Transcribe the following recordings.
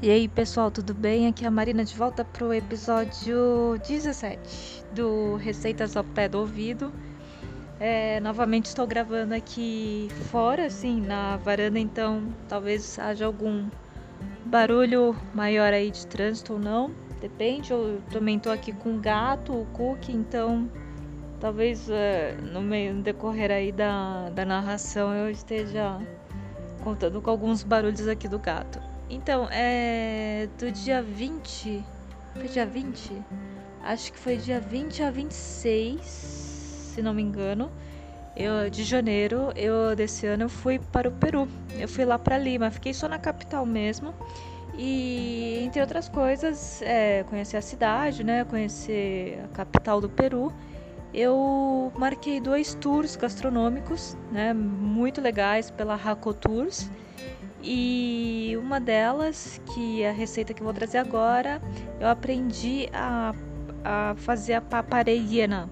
E aí pessoal, tudo bem? Aqui é a Marina de volta pro episódio 17 do Receitas ao Pé do Ouvido. Novamente estou gravando aqui fora, assim, na varanda, então talvez haja algum barulho maior aí de trânsito ou não, depende. Eu também estou aqui com o gato, o Cookie, então talvez no decorrer aí da narração eu esteja contando com alguns barulhos aqui do gato. Então, do dia 20. Foi dia 20? Acho que foi dia 20 a 26, se não me engano. De janeiro, desse ano, eu fui para o Peru. Eu fui lá para Lima, fiquei só na capital mesmo. E, entre outras coisas, conhecer a cidade, né? Conhecer a capital do Peru. Eu marquei 2 tours gastronômicos, né? Muito legais pela Raco Tours. E uma delas, que é a receita que eu vou trazer agora, eu aprendi a fazer a papareiena,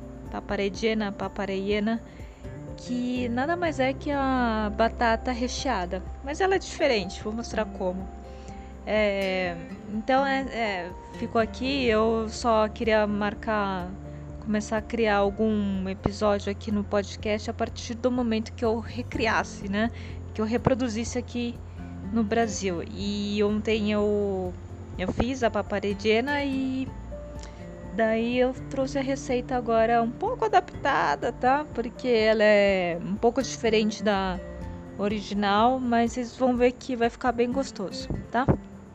que nada mais é que a batata recheada. Mas ela é diferente, vou mostrar como. Então, ficou aqui, eu só queria começar a criar algum episódio aqui no podcast a partir do momento que eu recriasse, né? Que eu reproduzisse aqui no Brasil. E ontem eu fiz a papareiena e daí eu trouxe a receita agora um pouco adaptada, tá? Porque ela é um pouco diferente da original, mas vocês vão ver que vai ficar bem gostoso, tá?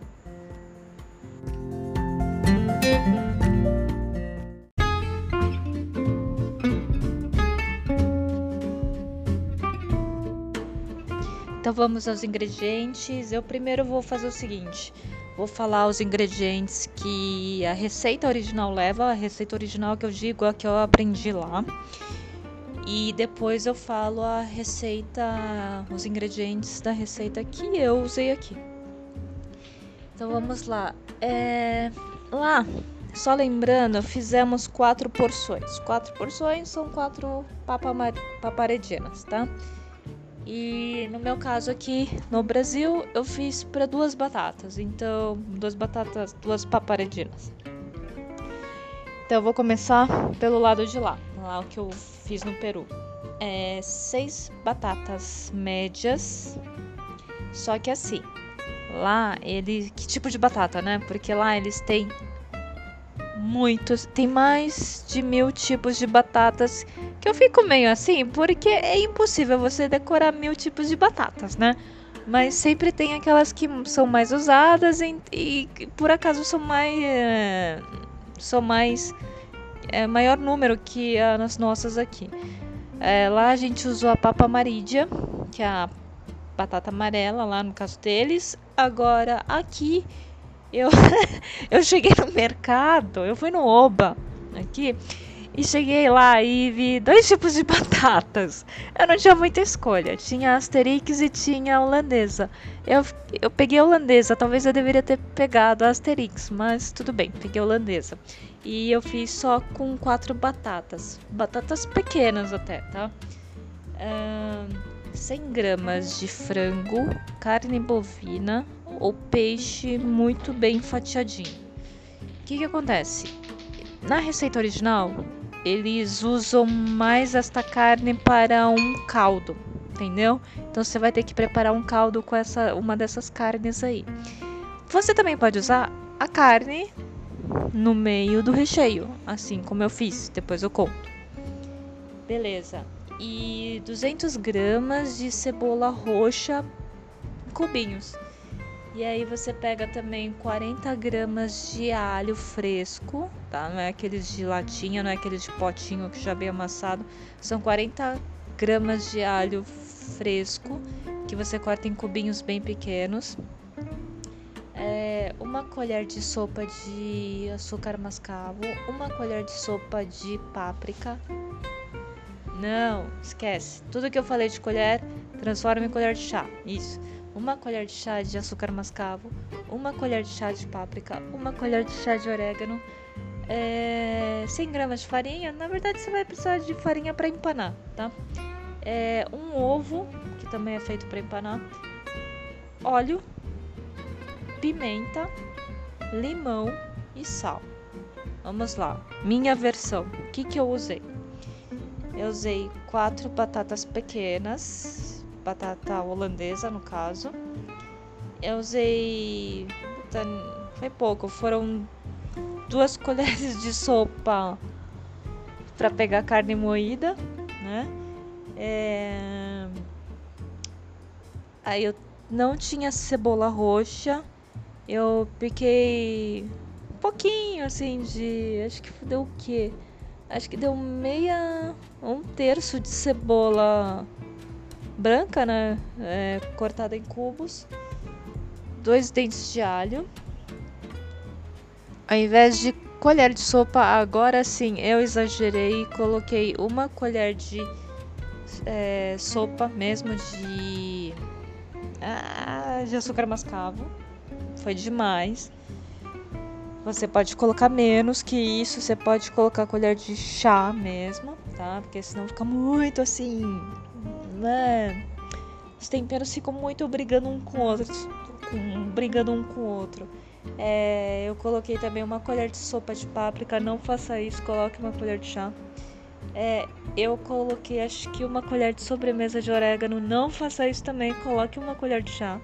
Então vamos aos ingredientes. Eu primeiro vou fazer o seguinte: vou falar os ingredientes que a receita original leva, a receita original que eu digo, a que eu aprendi lá. E depois eu falo os ingredientes da receita que eu usei aqui. Então vamos lá. Lá, só lembrando, fizemos 4 porções. 4 porções são 4 papareianas, tá? E no meu caso aqui no Brasil, eu fiz para 2 batatas. Então, 2 papareianas. Então, eu vou começar pelo lado de lá o que eu fiz no Peru. 6 batatas médias. Só que assim, lá que tipo de batata, né? Porque lá eles têm tem mais de 1000 tipos de batatas, que eu fico meio assim, porque é impossível você decorar 1000 tipos de batatas, né? Mas sempre tem aquelas que são mais usadas e por acaso são mais maior número que as nossas aqui. Lá a gente usou a papa amarilla, que é a batata amarela, lá no caso deles. Agora aqui eu cheguei no mercado, eu fui no Oba aqui e cheguei lá e vi 2 tipos de batatas. Eu não tinha muita escolha, tinha Asterix e tinha a holandesa. Eu peguei a holandesa, talvez eu deveria ter pegado a Asterix, mas tudo bem, peguei a holandesa. E eu fiz só com 4 batatas pequenas até, tá? 100 gramas de frango, carne bovina ou peixe muito bem fatiadinho. O que acontece? Na receita original, eles usam mais esta carne para um caldo, entendeu? Então você vai ter que preparar um caldo com uma dessas carnes aí. Você também pode usar a carne no meio do recheio, assim como eu fiz, depois eu conto. Beleza. E 200 gramas de cebola roxa em cubinhos. E aí você pega também 40 gramas de alho fresco, tá? Não é aqueles de latinha, não é aqueles de potinho que já vem amassado. São 40 gramas de alho fresco, que você corta em cubinhos bem pequenos. 1 colher de sopa de açúcar mascavo, 1 colher de sopa de páprica. Não, esquece. Tudo que eu falei de colher, transforma em colher de chá. Isso. 1 colher de chá de açúcar mascavo, 1 colher de chá de páprica, 1 colher de chá de orégano, 100 gramas de farinha. Na verdade, você vai precisar de farinha para empanar, tá? 1 ovo, que também é feito para empanar, óleo, pimenta, limão e sal. Vamos lá, minha versão. O que eu usei? Eu usei 4 batatas pequenas, batata holandesa no caso. Eu usei... foi pouco, foram 2 colheres de sopa para pegar carne moída, né? Aí eu não tinha cebola roxa, eu piquei um pouquinho assim de... acho que deu o quê? Acho que deu um terço de cebola branca, né? Cortada em cubos. 2 dentes de alho. Ao invés de colher de sopa, agora sim, eu exagerei e coloquei 1 colher de sopa mesmo de açúcar mascavo. Foi demais. Você pode colocar menos que isso, você pode colocar colher de chá mesmo, tá? Porque senão fica muito assim, né? Os temperos ficam muito brigando um com o outro. Eu coloquei também 1 colher de sopa de páprica, não faça isso, coloque 1 colher de chá. Eu coloquei acho que 1 colher de sobremesa de orégano, não faça isso também, coloque 1 colher de chá.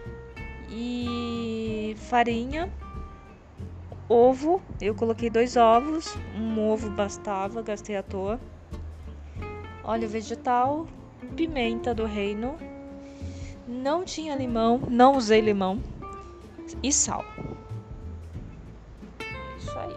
E farinha, ovo, eu coloquei 2 ovos, 1 ovo bastava, gastei à toa. Óleo vegetal, pimenta do reino, não tinha limão, não usei limão, e sal. Isso aí.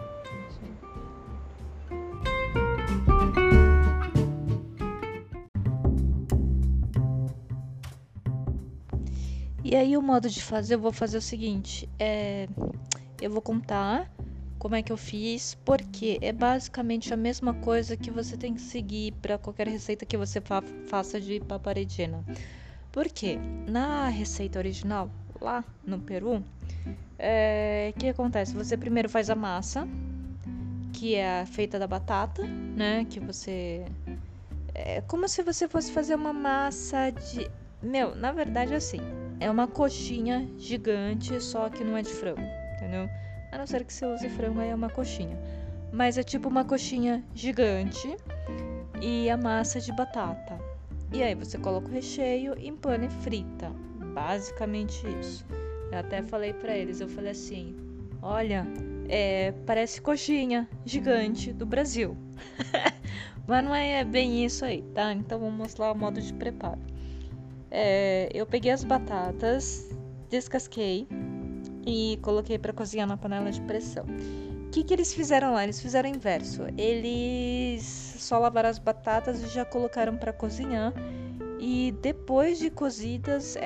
E aí o modo de fazer, eu vou fazer o seguinte, eu vou contar como é que eu fiz, porque é basicamente a mesma coisa que você tem que seguir para qualquer receita que você faça de paparedina. Porque na receita original, lá no Peru, o que acontece? Você primeiro faz a massa, que é feita da batata, né? Que você... é como se você fosse fazer uma massa de... na verdade é assim, é uma coxinha gigante, só que não é de frango, entendeu? A não ser que você use frango, aí é uma coxinha. Mas é tipo uma coxinha gigante e a massa de batata. E aí você coloca o recheio, empana e frita. Basicamente isso. Eu até falei pra eles, eu falei assim, olha, parece coxinha gigante do Brasil. Mas não é bem isso aí, tá? Então vamos mostrar o modo de preparo. Eu peguei as batatas, descasquei e coloquei para cozinhar na panela de pressão. O que eles fizeram lá? Eles fizeram o inverso. Eles só lavaram as batatas e já colocaram para cozinhar. E depois de cozidas,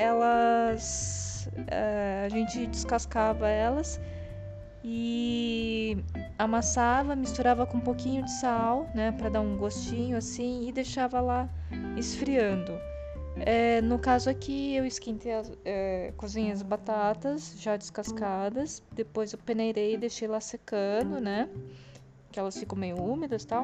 a gente descascava elas e amassava, misturava com um pouquinho de sal, né, para dar um gostinho assim, e deixava lá esfriando. No caso aqui, eu esquentei cozinhei as batatas já descascadas, depois eu peneirei e deixei lá secando, né, que elas ficam meio úmidas e tal,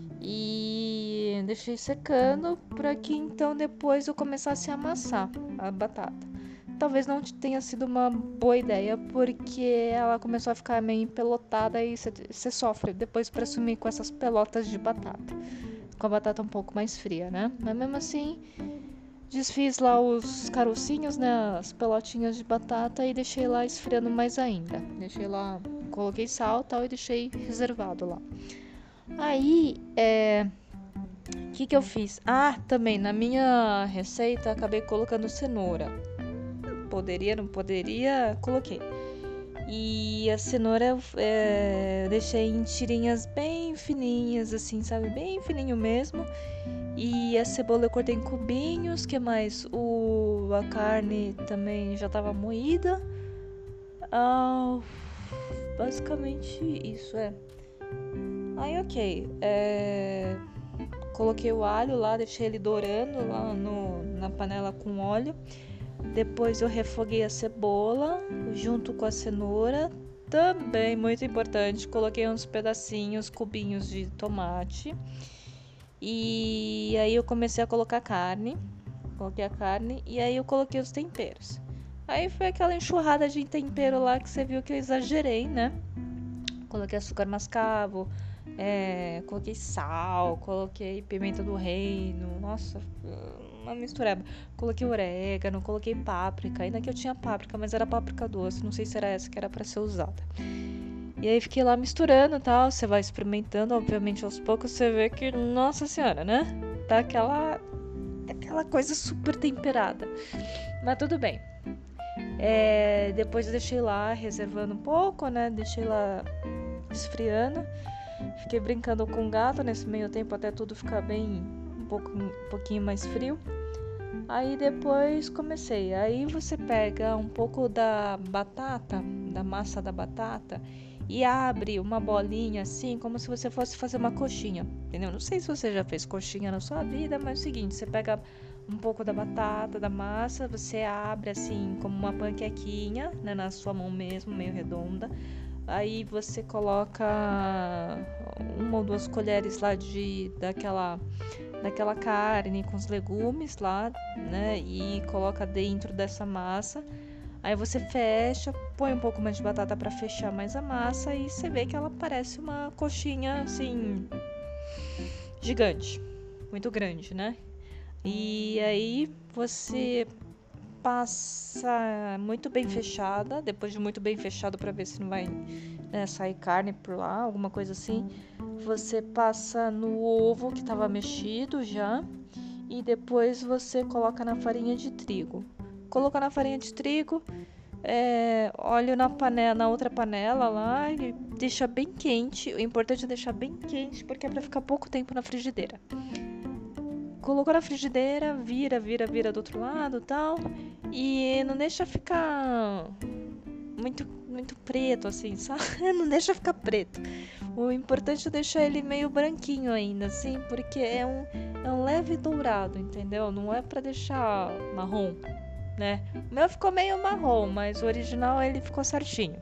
e deixei secando para que então depois eu começasse a amassar a batata. Talvez não tenha sido uma boa ideia, porque ela começou a ficar meio empelotada e você sofre depois para sumir com essas pelotas de batata, com a batata um pouco mais fria, né, mas mesmo assim... desfiz lá os carocinhos, né, as pelotinhas de batata e deixei lá esfriando mais ainda. Deixei lá, coloquei sal e tal e deixei reservado lá. Aí, o que eu fiz? Também na minha receita acabei colocando cenoura. Poderia, não poderia, coloquei. E a cenoura eu deixei em tirinhas bem fininhas, assim, sabe? Bem fininho mesmo. E a cebola eu cortei em cubinhos. Que mais? A carne também já estava moída. Basicamente isso, Aí, ok. Coloquei o alho lá, deixei ele dourando lá na panela com óleo. Depois eu refoguei a cebola junto com a cenoura. Também, muito importante, coloquei uns pedacinhos, cubinhos de tomate. E aí eu comecei a colocar a carne. Coloquei a carne e aí eu coloquei os temperos. Aí foi aquela enxurrada de tempero lá que você viu que eu exagerei, né? Coloquei açúcar mascavo, coloquei sal, coloquei pimenta do reino, nossa, uma mistureba. Coloquei orégano, coloquei páprica, ainda que eu tinha páprica, mas era páprica doce, não sei se era essa que era pra ser usada. E aí fiquei lá misturando e tal, você vai experimentando, obviamente aos poucos você vê que, nossa senhora, né? Tá aquela coisa super temperada. Mas tudo bem. Depois eu deixei lá reservando um pouco, né? Deixei lá esfriando. Fiquei brincando com o gato nesse meio tempo até tudo ficar bem um pouquinho mais frio. Aí depois comecei. Aí você pega um pouco da batata, da massa da batata e abre uma bolinha assim, como se você fosse fazer uma coxinha, entendeu? Não sei se você já fez coxinha na sua vida, mas é o seguinte, você pega um pouco da batata, da massa, você abre assim como uma panquequinha, né, na sua mão mesmo, meio redonda. Aí você coloca 1 ou 2 colheres lá daquela carne com os legumes lá, né? E coloca dentro dessa massa. Aí você fecha, põe um pouco mais de batata para fechar mais a massa e você vê que ela parece uma coxinha assim gigante, muito grande, né? E aí você passa muito bem fechada, depois de muito bem fechado para ver se não vai, né, sair carne por lá, alguma coisa assim. Você passa no ovo que estava mexido já e depois você coloca na farinha de trigo. Coloca na farinha de trigo, óleo na panela, na outra panela lá e deixa bem quente. O importante é deixar bem quente porque é para ficar pouco tempo na frigideira. Colocou na frigideira, vira do outro lado, tal, e não deixa ficar muito preto assim, sabe? Não deixa ficar preto. O importante é deixar ele meio branquinho ainda, assim, porque é um leve dourado, entendeu? Não é pra deixar marrom, né? O meu ficou meio marrom, mas o original ele ficou certinho.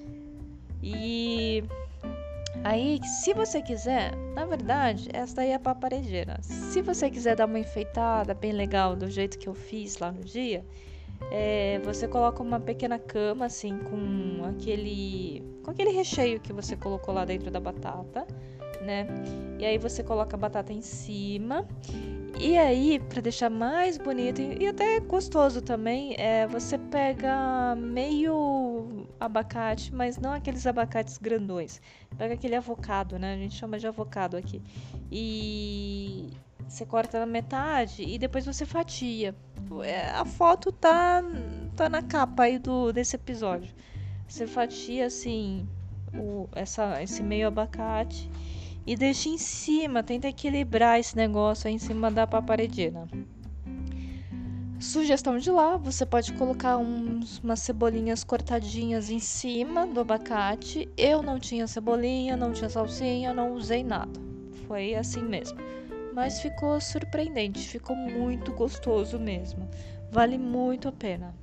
E aí, se você quiser, na verdade, essa daí é a paparedeira. Se você quiser dar uma enfeitada bem legal do jeito que eu fiz lá no dia, você coloca uma pequena cama assim com aquele recheio que você colocou lá dentro da batata, né? E aí você coloca a batata em cima. E aí, para deixar mais bonito e até gostoso também, você pega meio abacate, mas não aqueles abacates grandões. Pega aquele avocado, né? A gente chama de avocado aqui. E você corta na metade e depois você fatia. A foto tá na capa aí desse episódio. Você fatia assim esse meio abacate e deixa em cima, tenta equilibrar esse negócio aí em cima da paparedina. Sugestão de lá, você pode colocar umas cebolinhas cortadinhas em cima do abacate. Eu não tinha cebolinha, não tinha salsinha, não usei nada. Foi assim mesmo. Mas ficou surpreendente, ficou muito gostoso mesmo. Vale muito a pena.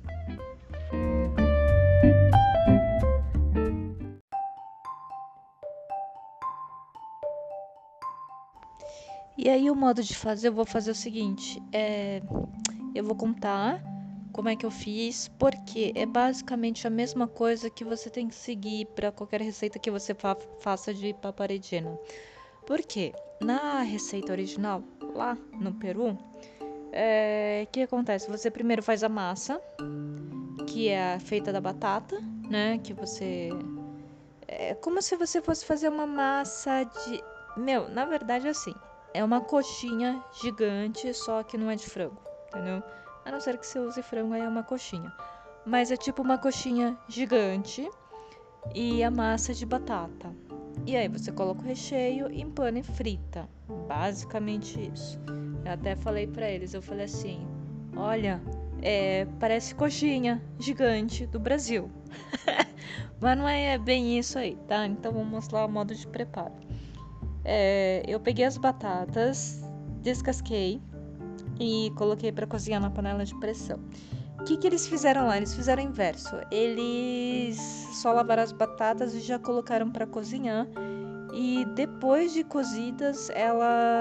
E aí o modo de fazer, eu vou fazer o seguinte, eu vou contar como é que eu fiz, porque é basicamente a mesma coisa que você tem que seguir para qualquer receita que você faça de paparedina. Por quê? Na receita original, lá no Peru, o que acontece? Você primeiro faz a massa, que é feita da batata, né? Que você... É como se você fosse fazer uma massa de... Meu, na verdade é assim. É uma coxinha gigante, só que não é de frango, entendeu? A não ser que você use frango, aí é uma coxinha. Mas é tipo uma coxinha gigante e a massa de batata. E aí você coloca o recheio, empana e frita. Basicamente isso. Eu até falei pra eles, eu falei assim, olha, parece coxinha gigante do Brasil. Mas não é bem isso aí, tá? Então vamos mostrar o modo de preparo. Eu peguei as batatas, descasquei e coloquei para cozinhar na panela de pressão. O que eles fizeram lá? Eles fizeram o inverso. Eles só lavaram as batatas e já colocaram para cozinhar. E depois de cozidas,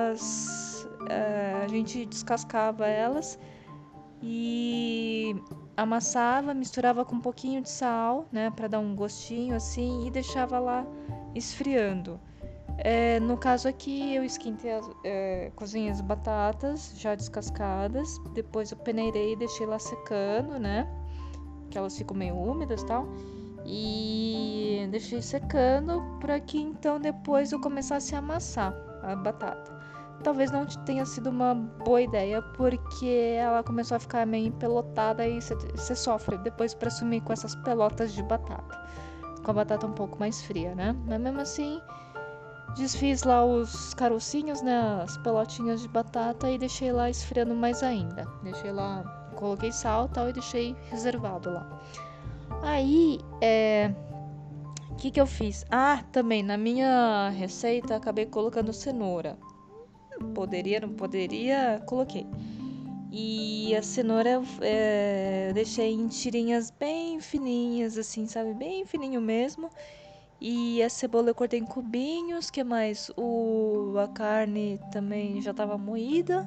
a gente descascava elas e amassava, misturava com um pouquinho de sal, né, para dar um gostinho assim, e deixava lá esfriando. No caso aqui, eu esquentei, cozinhei as batatas já descascadas, depois eu peneirei e deixei lá secando, né, que elas ficam meio úmidas e tal, e deixei secando para que então depois eu começasse a amassar a batata. Talvez não tenha sido uma boa ideia, porque ela começou a ficar meio empelotada e você sofre depois para sumir com essas pelotas de batata, com a batata um pouco mais fria, né? Mas mesmo assim, desfiz lá os carocinhos, né, as pelotinhas de batata e deixei lá esfriando mais ainda. Deixei lá, coloquei sal e tal e deixei reservado lá. Aí, o que eu fiz? Ah, também na minha receita acabei colocando cenoura. Poderia, não poderia, coloquei. E a cenoura eu deixei em tirinhas bem fininhas, assim, sabe? Bem fininho mesmo. E a cebola eu cortei em cubinhos. Que mais? A carne também já estava moída.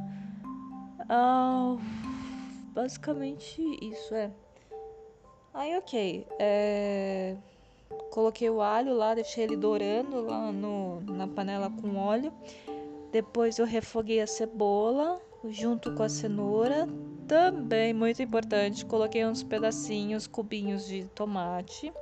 Basicamente isso, Aí, ok. Coloquei o alho lá, deixei ele dourando lá na panela com óleo. Depois eu refoguei a cebola junto com a cenoura. Também muito importante, coloquei uns pedacinhos, cubinhos de tomate.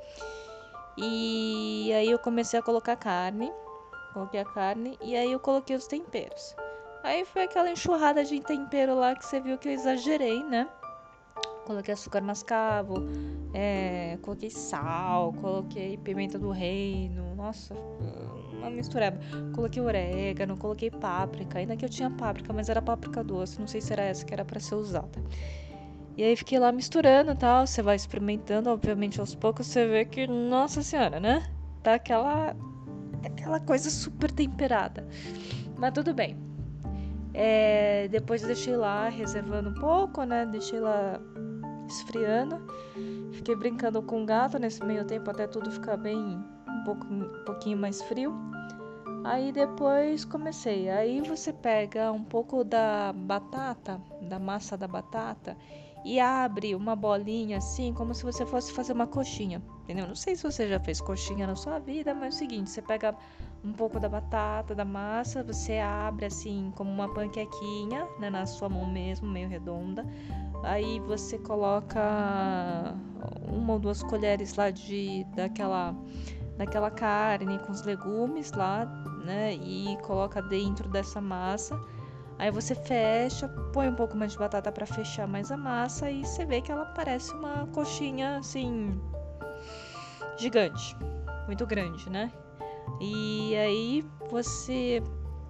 E aí eu comecei a colocar carne. Coloquei a carne e aí eu coloquei os temperos. Aí foi aquela enxurrada de tempero lá que você viu que eu exagerei, né? Coloquei açúcar mascavo, coloquei sal, coloquei pimenta do reino, nossa, uma mistureba. Coloquei orégano, coloquei páprica, ainda que eu tinha páprica, mas era páprica doce, não sei se era essa que era pra ser usada. E aí fiquei lá misturando e tal, você vai experimentando, obviamente aos poucos você vê que, nossa senhora, né? Tá aquela coisa super temperada. Mas tudo bem. Depois eu deixei lá reservando um pouco, né? Deixei lá esfriando. Fiquei brincando com o gato nesse meio tempo até tudo ficar bem um pouquinho mais frio. Aí depois comecei. Aí você pega um pouco da batata, da massa da batata e abre uma bolinha assim, como se você fosse fazer uma coxinha, entendeu? Não sei se você já fez coxinha na sua vida, mas é o seguinte, você pega um pouco da batata, da massa, você abre assim como uma panquequinha, né, na sua mão mesmo, meio redonda. Aí você coloca 1 ou 2 colheres lá daquela carne com os legumes lá, né? E coloca dentro dessa massa. Aí você fecha, põe um pouco mais de batata para fechar mais a massa e você vê que ela parece uma coxinha assim gigante, muito grande, né? E aí você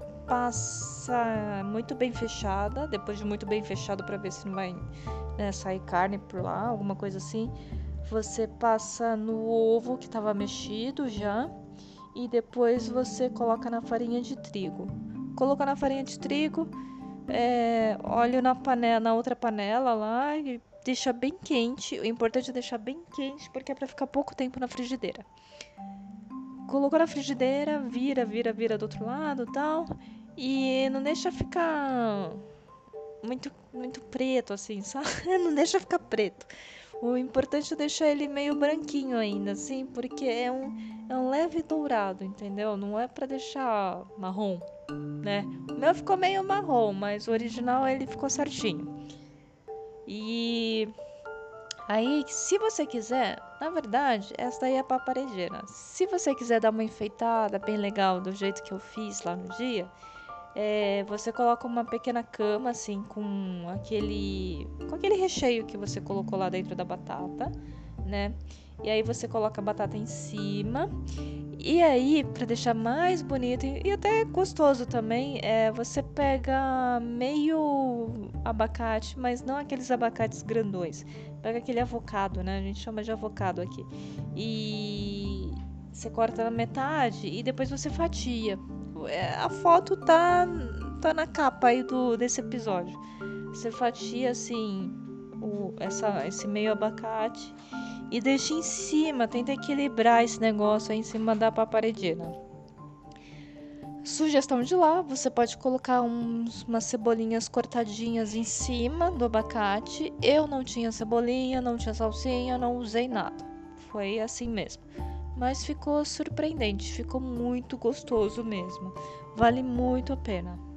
passa muito bem fechada, depois de muito bem fechado para ver se não vai, né, sair carne por lá, alguma coisa assim. Você passa no ovo que estava mexido já e depois você coloca na farinha de trigo. Colocou na farinha de trigo, óleo na panela, na outra panela lá e deixa bem quente. O importante é deixar bem quente porque é para ficar pouco tempo na frigideira. Colocou na frigideira, vira do outro lado, tal, e não deixa ficar muito preto assim, sabe? Não deixa ficar preto. O importante é deixar ele meio branquinho ainda, assim, porque é um leve dourado, entendeu? Não é pra deixar marrom, né? O meu ficou meio marrom, mas o original ele ficou certinho. E aí, se você quiser, na verdade, essa daí é a paparejeira. Se você quiser dar uma enfeitada bem legal do jeito que eu fiz lá no dia, você coloca uma pequena cama assim com aquele recheio que você colocou lá dentro da batata, né? E aí você coloca a batata em cima. E aí, para deixar mais bonito e até gostoso também, você pega meio abacate, mas não aqueles abacates grandões. Pega aquele avocado, né? A gente chama de avocado aqui. E você corta na metade e depois você fatia. A foto tá na capa aí desse episódio. Você fatia assim esse meio abacate e deixa em cima, tenta equilibrar esse negócio aí em cima da paparedeira. Sugestão de lá, você pode colocar umas cebolinhas cortadinhas em cima do abacate. Eu não tinha cebolinha, não tinha salsinha, não usei nada. Foi assim mesmo. Mas ficou surpreendente, ficou muito gostoso mesmo. Vale muito a pena.